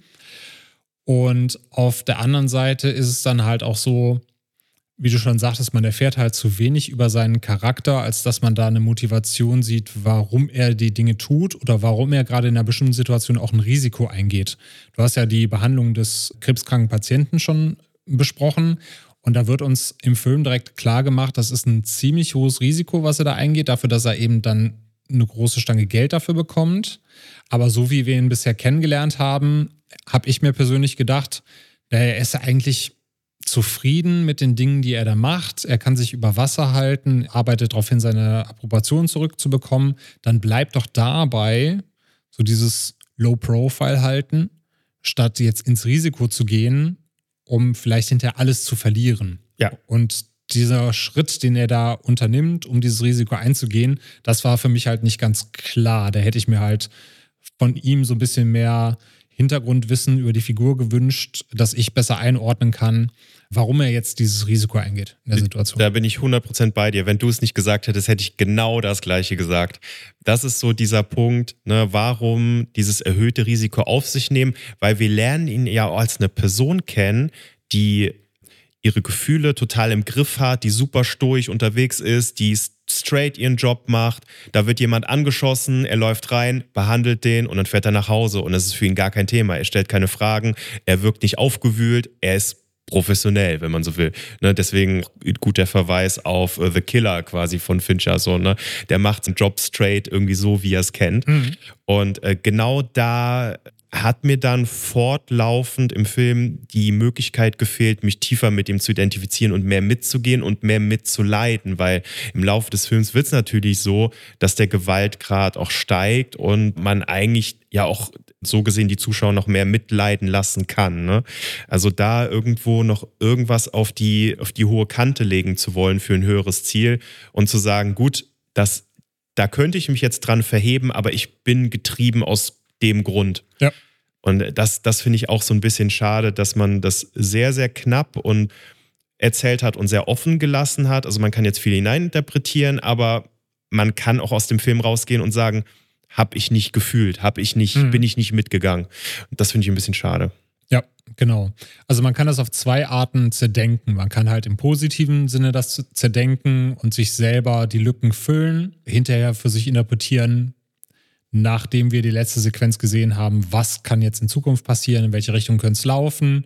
Und auf der anderen Seite ist es dann halt auch so, wie du schon sagtest, man erfährt halt zu wenig über seinen Charakter, als dass man da eine Motivation sieht, warum er die Dinge tut oder warum er gerade in einer bestimmten Situation auch ein Risiko eingeht. Du hast ja die Behandlung des krebskranken Patienten schon besprochen, und da wird uns im Film direkt klar gemacht, das ist ein ziemlich hohes Risiko, was er da eingeht, dafür, dass er eben dann eine große Stange Geld dafür bekommt. Aber so wie wir ihn bisher kennengelernt haben, habe ich mir persönlich gedacht, er ist ja eigentlich zufrieden mit den Dingen, die er da macht. Er kann sich über Wasser halten, arbeitet darauf hin, seine Approbation zurückzubekommen. Dann bleibt doch dabei so dieses Low-Profile halten, statt jetzt ins Risiko zu gehen, um vielleicht hinterher alles zu verlieren. Ja. Und dieser Schritt, den er da unternimmt, um dieses Risiko einzugehen, das war für mich halt nicht ganz klar. Da hätte ich mir halt von ihm so ein bisschen mehr Hintergrundwissen über die Figur gewünscht, dass ich besser einordnen kann, warum er jetzt dieses Risiko eingeht in der Situation. Da bin ich hundert Prozent bei dir. Wenn du es nicht gesagt hättest, hätte ich genau das Gleiche gesagt. Das ist so dieser Punkt, ne, warum dieses erhöhte Risiko auf sich nehmen, weil wir lernen ihn ja auch als eine Person kennen, die ihre Gefühle total im Griff hat, die super stoisch unterwegs ist, die straight ihren Job macht. Da wird jemand angeschossen, er läuft rein, behandelt den, und dann fährt er nach Hause, und das ist für ihn gar kein Thema. Er stellt keine Fragen, er wirkt nicht aufgewühlt, er ist professionell, wenn man so will. Ne, deswegen gut der Verweis auf uh, The Killer quasi von Fincher. So, ne? Der macht seinen Job straight irgendwie so, wie er es kennt. Mhm. Und äh, genau da hat mir dann fortlaufend im Film die Möglichkeit gefehlt, mich tiefer mit ihm zu identifizieren und mehr mitzugehen und mehr mitzuleiden, weil im Laufe des Films wird es natürlich so, dass der Gewaltgrad auch steigt und man eigentlich ja auch so gesehen die Zuschauer noch mehr mitleiden lassen kann. Ne? Also da irgendwo noch irgendwas auf die, auf die hohe Kante legen zu wollen für ein höheres Ziel und zu sagen, gut, das, da könnte ich mich jetzt dran verheben, aber ich bin getrieben aus dem Grund. Ja. Und das, das finde ich auch so ein bisschen schade, dass man das sehr, sehr knapp und erzählt hat und sehr offen gelassen hat. Also man kann jetzt viel hineininterpretieren, aber man kann auch aus dem Film rausgehen und sagen, habe ich nicht gefühlt, habe ich nicht, mhm. bin ich nicht mitgegangen. Und das finde ich ein bisschen schade. Ja, genau. Also man kann das auf zwei Arten zerdenken. Man kann halt im positiven Sinne das zerdenken und sich selber die Lücken füllen, hinterher für sich interpretieren, nachdem wir die letzte Sequenz gesehen haben, was kann jetzt in Zukunft passieren, in welche Richtung könnte es laufen.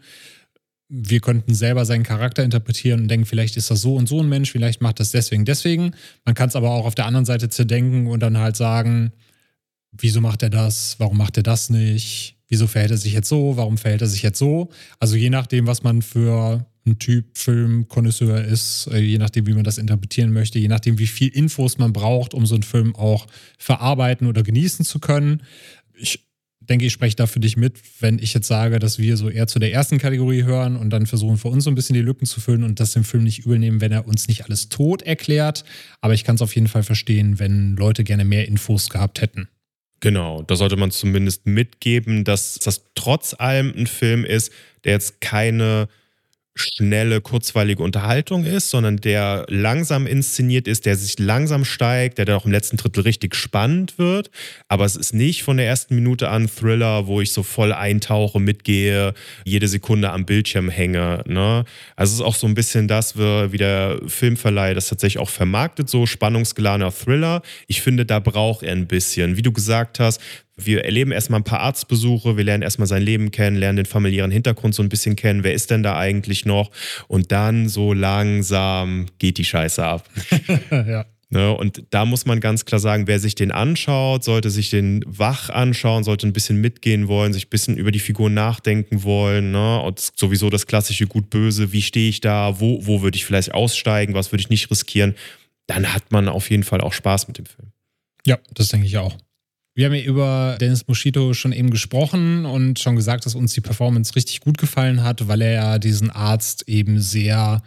Wir könnten selber seinen Charakter interpretieren und denken, vielleicht ist das so und so ein Mensch, vielleicht macht das deswegen, deswegen. Man kann es aber auch auf der anderen Seite zerdenken und dann halt sagen, wieso macht er das, warum macht er das nicht, wieso verhält er sich jetzt so, warum verhält er sich jetzt so. Also je nachdem, was man für ein Typ Film-Konnoisseur ist, je nachdem, wie man das interpretieren möchte, je nachdem, wie viel Infos man braucht, um so einen Film auch verarbeiten oder genießen zu können. Ich denke, ich spreche da für dich mit, wenn ich jetzt sage, dass wir so eher zu der ersten Kategorie hören und dann versuchen, für uns so ein bisschen die Lücken zu füllen und das dem Film nicht übel nehmen, wenn er uns nicht alles tot erklärt. Aber ich kann es auf jeden Fall verstehen, wenn Leute gerne mehr Infos gehabt hätten. Genau, da sollte man zumindest mitgeben, dass das trotz allem ein Film ist, der jetzt keine schnelle, kurzweilige Unterhaltung ist, sondern der langsam inszeniert ist, der sich langsam steigt, der dann auch im letzten Drittel richtig spannend wird. Aber es ist nicht von der ersten Minute an Thriller, wo ich so voll eintauche, mitgehe, jede Sekunde am Bildschirm hänge. Ne? Also es ist auch so ein bisschen das, wie der Filmverleih das tatsächlich auch vermarktet, so spannungsgeladener Thriller. Ich finde, da braucht er ein bisschen. Wie du gesagt hast, wir erleben erstmal ein paar Arztbesuche, wir lernen erstmal sein Leben kennen, lernen den familiären Hintergrund so ein bisschen kennen, wer ist denn da eigentlich noch? Und dann so langsam geht die Scheiße ab. Ja. Ne, und da muss man ganz klar sagen, wer sich den anschaut, sollte sich den wach anschauen, sollte ein bisschen mitgehen wollen, sich ein bisschen über die Figur nachdenken wollen. Ne? Und sowieso das klassische Gut-Böse, wie stehe ich da, wo, wo würde ich vielleicht aussteigen, was würde ich nicht riskieren. Dann hat man auf jeden Fall auch Spaß mit dem Film. Ja, das denke ich auch. Wir haben ja über Dennis Moschito schon eben gesprochen und schon gesagt, dass uns die Performance richtig gut gefallen hat, weil er ja diesen Arzt eben sehr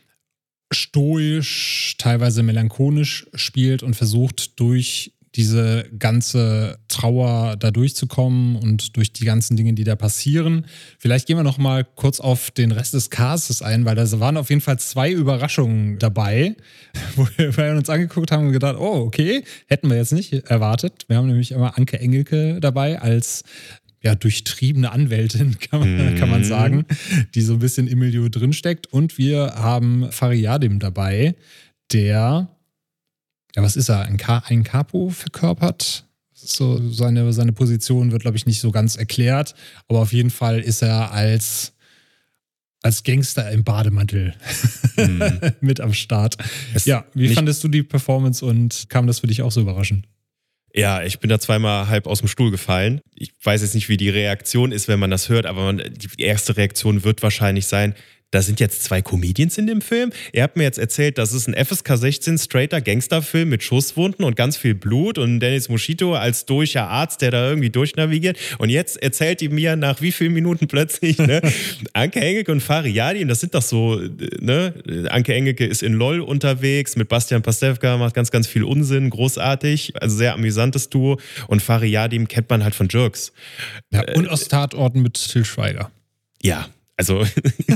stoisch, teilweise melancholisch spielt und versucht, durch diese ganze Trauer da durchzukommen und durch die ganzen Dinge, die da passieren. Vielleicht gehen wir noch mal kurz auf den Rest des Castes ein, weil da waren auf jeden Fall zwei Überraschungen dabei, wo wir uns angeguckt haben und gedacht, oh, okay, hätten wir jetzt nicht erwartet. Wir haben nämlich immer Anke Engelke dabei als ja, durchtriebene Anwältin, kann man, mm. kann man sagen, die so ein bisschen im Milieu drinsteckt. Und wir haben Fariyadim dabei, der ja, was ist er? Ein, Ka- ein Capo verkörpert? So seine, seine Position wird, glaube ich, nicht so ganz erklärt. Aber auf jeden Fall ist er als, als Gangster im Bademantel mm. mit am Start. Es ja, wie fandest du die Performance und kam das für dich auch so überraschend? Ja, ich bin da zweimal halb aus dem Stuhl gefallen. Ich weiß jetzt nicht, wie die Reaktion ist, wenn man das hört, aber man, die erste Reaktion wird wahrscheinlich sein, da sind jetzt zwei Comedians in dem Film. Ihr habt mir jetzt erzählt, das ist ein F S K sechzehn straighter Gangsterfilm mit Schusswunden und ganz viel Blut und Dennis Moschito als stoischer Arzt, der da irgendwie durchnavigiert. Und jetzt erzählt ihr mir nach wie vielen Minuten plötzlich, ne, Anke Engelke und Fariyadim, das sind doch so, ne, Anke Engelke ist in LOL unterwegs, mit Bastian Pastewka, macht ganz, ganz viel Unsinn, großartig, also sehr amüsantes Duo. Und Fariyadim kennt man halt von Jerks. Ja, und aus Tatorten mit Til Schweiger. Ja, also,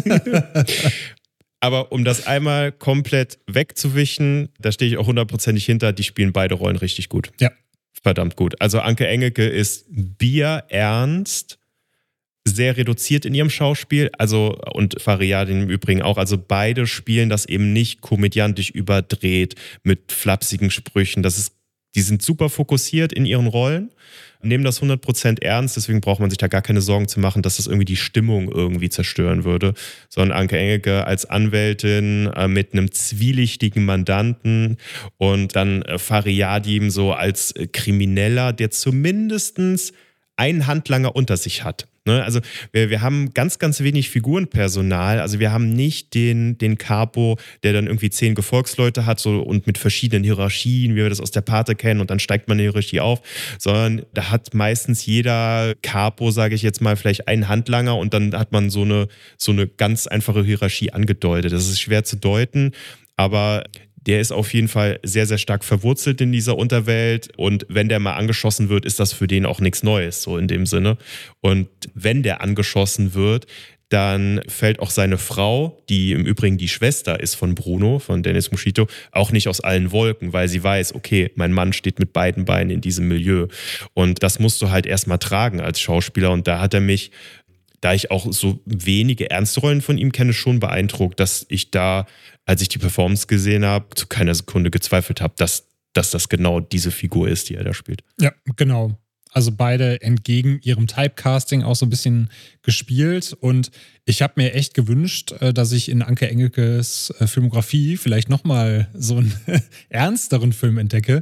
aber um das einmal komplett wegzuwischen, da stehe ich auch hundertprozentig hinter, die spielen beide Rollen richtig gut. Ja. Verdammt gut. Also Anke Engelke ist bierernst, sehr reduziert in ihrem Schauspiel, also und Fariyadim im Übrigen auch, also beide spielen das eben nicht komödiantisch überdreht mit flapsigen Sprüchen, das ist, die sind super fokussiert in ihren Rollen, nehmen das hundert Prozent ernst, deswegen braucht man sich da gar keine Sorgen zu machen, dass das irgendwie die Stimmung irgendwie zerstören würde, sondern Anke Engelke als Anwältin äh, mit einem zwielichtigen Mandanten und dann äh, Fariyadim so als äh, Krimineller, der zumindest einen Handlanger unter sich hat. Ne? Also wir, wir haben ganz, ganz wenig Figurenpersonal. Also wir haben nicht den, den Capo, der dann irgendwie zehn Gefolgsleute hat so, und mit verschiedenen Hierarchien, wie wir das aus der Pate kennen, und dann steigt man in die Hierarchie auf, sondern da hat meistens jeder Capo, sage ich jetzt mal, vielleicht einen Handlanger und dann hat man so eine, so eine ganz einfache Hierarchie angedeutet. Das ist schwer zu deuten, aber der ist auf jeden Fall sehr, sehr stark verwurzelt in dieser Unterwelt und wenn der mal angeschossen wird, ist das für den auch nichts Neues, so in dem Sinne. Und wenn der angeschossen wird, dann fällt auch seine Frau, die im Übrigen die Schwester ist von Bruno, von Dennis Moschito, auch nicht aus allen Wolken, weil sie weiß, okay, mein Mann steht mit beiden Beinen in diesem Milieu. Und das musst du halt erstmal tragen als Schauspieler und da hat er mich, da ich auch so wenige ernste Rollen von ihm kenne, schon beeindruckt, dass ich da, als ich die Performance gesehen habe, zu keiner Sekunde gezweifelt habe, dass, dass das genau diese Figur ist, die er da spielt. Ja, genau. Also beide entgegen ihrem Typecasting auch so ein bisschen gespielt und ich habe mir echt gewünscht, dass ich in Anke Engelkes Filmografie vielleicht nochmal so einen ernsteren Film entdecke.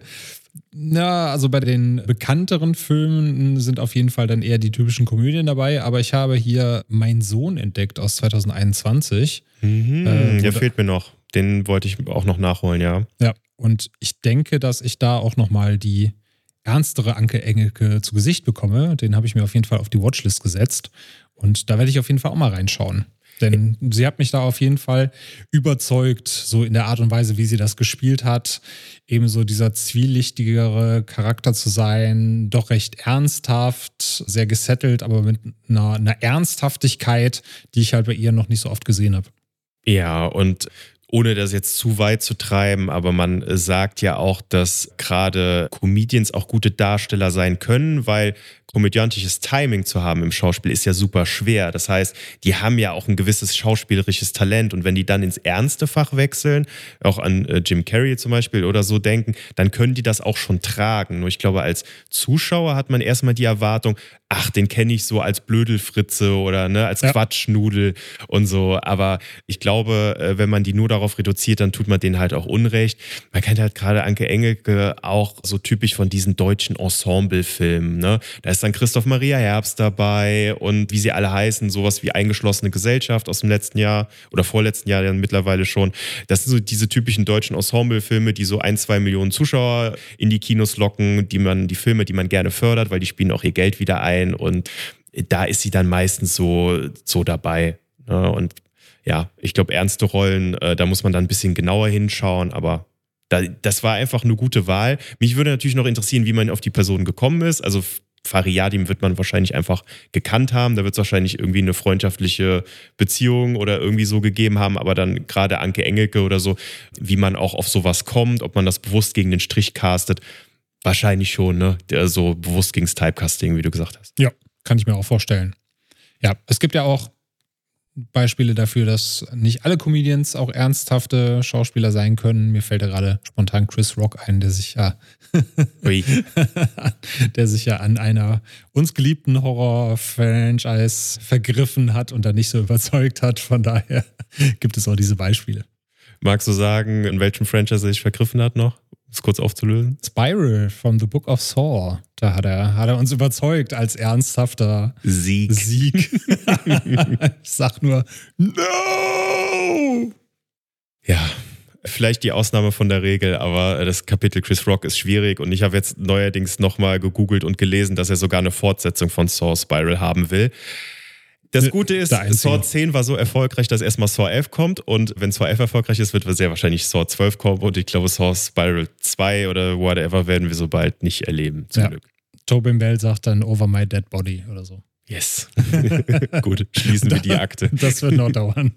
Na, also bei den bekannteren Filmen sind auf jeden Fall dann eher die typischen Komödien dabei, aber ich habe hier Mein Sohn entdeckt aus zwanzig einundzwanzig. Mhm, äh, der fehlt mir noch. Den wollte ich auch noch nachholen, ja. Ja, und ich denke, dass ich da auch nochmal die ernstere Anke Engelke zu Gesicht bekomme. Den habe ich mir auf jeden Fall auf die Watchlist gesetzt und da werde ich auf jeden Fall auch mal reinschauen. Denn sie hat mich da auf jeden Fall überzeugt, so in der Art und Weise, wie sie das gespielt hat, eben so dieser zwielichtigere Charakter zu sein, doch recht ernsthaft, sehr gesettelt, aber mit einer, einer Ernsthaftigkeit, die ich halt bei ihr noch nicht so oft gesehen habe. Ja, und ohne das jetzt zu weit zu treiben, aber man sagt ja auch, dass gerade Comedians auch gute Darsteller sein können, weil komödiantisches Timing zu haben im Schauspiel ist ja super schwer. Das heißt, die haben ja auch ein gewisses schauspielerisches Talent und wenn die dann ins ernste Fach wechseln, auch an äh, Jim Carrey zum Beispiel oder so denken, dann können die das auch schon tragen. Nur ich glaube, als Zuschauer hat man erstmal die Erwartung, ach, den kenne ich so als Blödelfritze oder ne, als ja. Quatschnudel und so. Aber ich glaube, äh, wenn man die nur darauf reduziert, dann tut man denen halt auch Unrecht. Man kennt halt gerade Anke Engelke auch so typisch von diesen deutschen Ensemble-Filmen. Ne? Da ist dann Christoph Maria Herbst dabei und wie sie alle heißen, sowas wie Eingeschlossene Gesellschaft aus dem letzten Jahr oder vorletzten Jahr dann mittlerweile schon. Das sind so diese typischen deutschen Ensemble-Filme, die so ein, zwei Millionen Zuschauer in die Kinos locken, die man, die Filme, die man gerne fördert, weil die spielen auch ihr Geld wieder ein und da ist sie dann meistens so, so dabei. Ne? Und ja, ich glaube, ernste Rollen, äh, da muss man dann ein bisschen genauer hinschauen, aber da, das war einfach eine gute Wahl. Mich würde natürlich noch interessieren, wie man auf die Person gekommen ist. Also Fariyadim wird man wahrscheinlich einfach gekannt haben. Da wird es wahrscheinlich irgendwie eine freundschaftliche Beziehung oder irgendwie so gegeben haben. Aber dann gerade Anke Engelke oder so, wie man auch auf sowas kommt, ob man das bewusst gegen den Strich castet, wahrscheinlich schon, ne? Der so bewusst gegen das Typecasting, wie du gesagt hast. Ja, kann ich mir auch vorstellen. Ja, es gibt ja auch Beispiele dafür, dass nicht alle Comedians auch ernsthafte Schauspieler sein können. Mir fällt ja gerade spontan Chris Rock ein, der sich ja der sich ja an einer uns geliebten Horror-Franchise vergriffen hat und da nicht so überzeugt hat. Von daher gibt es auch diese Beispiele. Magst du sagen, in welchem Franchise er sich vergriffen hat noch? Um es kurz aufzulösen. Spiral from the Book of Saw. Da hat er, hat er uns überzeugt als ernsthafter Sieg. Sieg. Ich sag nur, no! Ja, vielleicht die Ausnahme von der Regel, aber das Kapitel Chris Rock ist schwierig und ich habe jetzt neuerdings nochmal gegoogelt und gelesen, dass er sogar eine Fortsetzung von Saw Spiral haben will. Das Gute ist, Saw zehn war so erfolgreich, dass erstmal Saw elf kommt und wenn Saw elf erfolgreich ist, wird sehr wahrscheinlich Saw zwölf kommen und ich glaube Saw Spiral zwei oder whatever werden wir so bald nicht erleben, zum ja. Glück. Tobin Bell sagt dann Over My Dead Body oder so. Yes. Gut, schließen wir die Akte. Das wird noch dauern.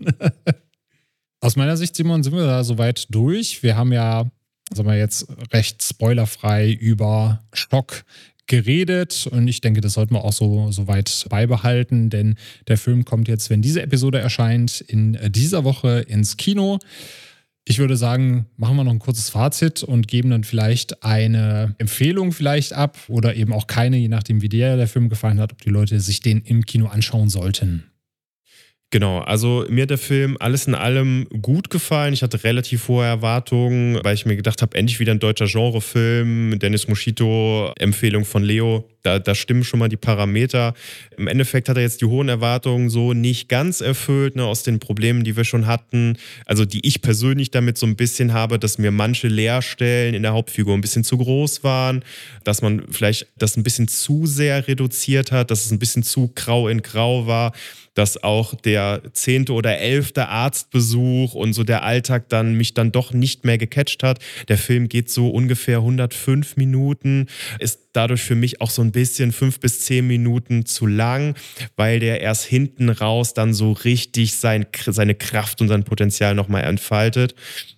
Aus meiner Sicht, Simon, sind wir da soweit durch. Wir haben ja, sagen wir jetzt, recht spoilerfrei über Schock geredet und ich denke, das sollten wir auch so, so weit beibehalten, denn der Film kommt jetzt, wenn diese Episode erscheint, in dieser Woche ins Kino. Ich würde sagen, machen wir noch ein kurzes Fazit und geben dann vielleicht eine Empfehlung vielleicht ab oder eben auch keine, je nachdem wie dir der Film gefallen hat, ob die Leute sich den im Kino anschauen sollten. Genau, also mir hat der Film alles in allem gut gefallen. Ich hatte relativ hohe Erwartungen, weil ich mir gedacht habe, endlich wieder ein deutscher Genrefilm. Dennis Moschito, Empfehlung von Leo, da, da stimmen schon mal die Parameter. Im Endeffekt hat er jetzt die hohen Erwartungen so nicht ganz erfüllt, ne, aus den Problemen, die wir schon hatten. Also die ich persönlich damit so ein bisschen habe, dass mir manche Leerstellen in der Hauptfigur ein bisschen zu groß waren, dass man vielleicht das ein bisschen zu sehr reduziert hat, dass es ein bisschen zu grau in grau war, dass auch der zehnte oder elfte Arztbesuch und so der Alltag dann mich dann doch nicht mehr gecatcht hat. Der Film geht so ungefähr hundertfünf Minuten, ist dadurch für mich auch so ein bisschen fünf bis zehn Minuten zu lang, weil der erst hinten raus dann so richtig sein, seine Kraft und sein Potenzial nochmal entfaltet.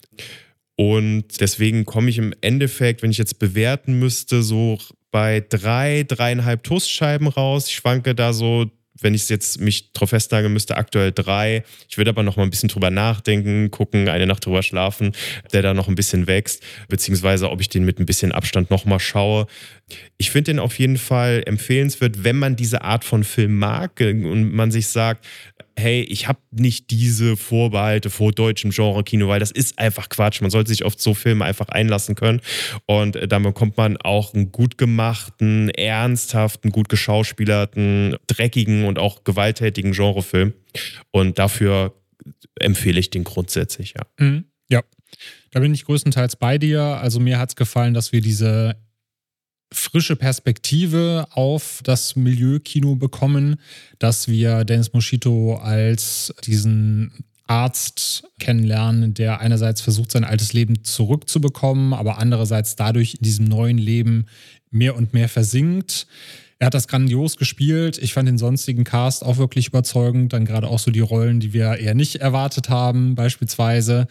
Und deswegen komme ich im Endeffekt, wenn ich jetzt bewerten müsste, so bei drei, dreieinhalb Toastscheiben raus. Ich schwanke da so, wenn ich jetzt mich drauf festnageln müsste, aktuell drei. Ich würde aber noch mal ein bisschen drüber nachdenken, gucken, eine Nacht drüber schlafen, der da noch ein bisschen wächst, beziehungsweise ob ich den mit ein bisschen Abstand noch mal schaue. Ich finde den auf jeden Fall empfehlenswert, wenn man diese Art von Film mag und man sich sagt, hey, ich habe nicht diese Vorbehalte vor deutschem Genre-Kino, weil das ist einfach Quatsch. Man sollte sich auf so Filme einfach einlassen können und dann bekommt man auch einen gut gemachten, ernsthaften, gut geschauspielerten, dreckigen und auch gewalttätigen Genrefilm und dafür empfehle ich den grundsätzlich, ja. Mhm. Ja, da bin ich größtenteils bei dir. Also mir hat es gefallen, dass wir diese frische Perspektive auf das Milieu-Kino bekommen, dass wir Dennis Moschito als diesen Arzt kennenlernen, der einerseits versucht, sein altes Leben zurückzubekommen, aber andererseits dadurch in diesem neuen Leben mehr und mehr versinkt. Er hat das grandios gespielt. Ich fand den sonstigen Cast auch wirklich überzeugend. Dann gerade auch so die Rollen, die wir eher nicht erwartet haben, beispielsweise.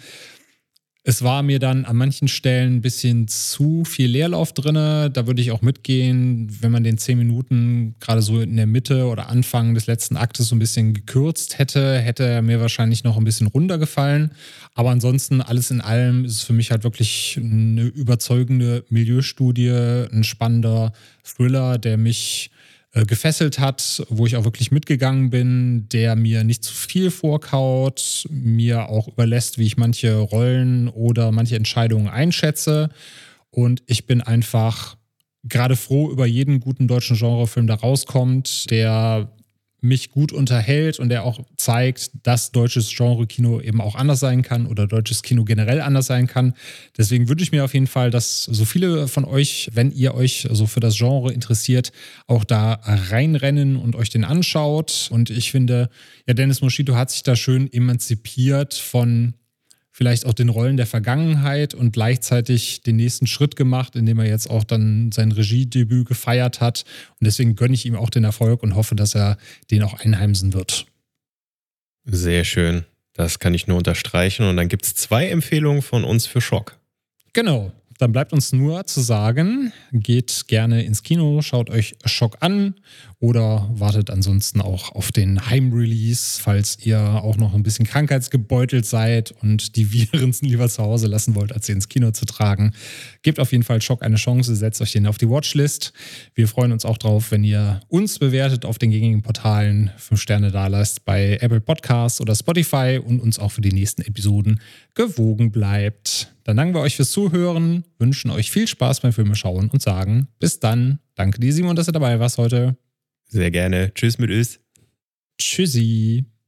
Es war mir dann an manchen Stellen ein bisschen zu viel Leerlauf drin. Da würde ich auch mitgehen, wenn man den zehn Minuten gerade so in der Mitte oder Anfang des letzten Aktes so ein bisschen gekürzt hätte, hätte er mir wahrscheinlich noch ein bisschen runtergefallen. Aber ansonsten, alles in allem, ist es für mich halt wirklich eine überzeugende Milieustudie, ein spannender Thriller, der mich gefesselt hat, wo ich auch wirklich mitgegangen bin, der mir nicht zu viel vorkaut, mir auch überlässt, wie ich manche Rollen oder manche Entscheidungen einschätze. Und ich bin einfach gerade froh über jeden guten deutschen Genrefilm, der rauskommt, der mich gut unterhält und der auch zeigt, dass deutsches Genre-Kino eben auch anders sein kann oder deutsches Kino generell anders sein kann. Deswegen wünsche ich mir auf jeden Fall, dass so viele von euch, wenn ihr euch so für das Genre interessiert, auch da reinrennen und euch den anschaut. Und ich finde, ja, Dennis Moschito hat sich da schön emanzipiert von vielleicht auch den Rollen der Vergangenheit und gleichzeitig den nächsten Schritt gemacht, indem er jetzt auch dann sein Regiedebüt gefeiert hat. Und deswegen gönne ich ihm auch den Erfolg und hoffe, dass er den auch einheimsen wird. Sehr schön. Das kann ich nur unterstreichen. Und dann gibt es zwei Empfehlungen von uns für Schock. Genau. Dann bleibt uns nur zu sagen, geht gerne ins Kino, schaut euch Schock an oder wartet ansonsten auch auf den Heimrelease, falls ihr auch noch ein bisschen krankheitsgebeutelt seid und die Viren lieber zu Hause lassen wollt, als sie ins Kino zu tragen. Gebt auf jeden Fall Schock eine Chance, setzt euch den auf die Watchlist. Wir freuen uns auch drauf, wenn ihr uns bewertet auf den gängigen Portalen, fünf Sterne dalasst bei Apple Podcasts oder Spotify und uns auch für die nächsten Episoden gewogen bleibt. Dann danken wir euch fürs Zuhören, wünschen euch viel Spaß beim Filme schauen und sagen bis dann. Danke dir, Simon, dass du dabei warst heute. Sehr gerne. Tschüss mit Ös. Tschüssi.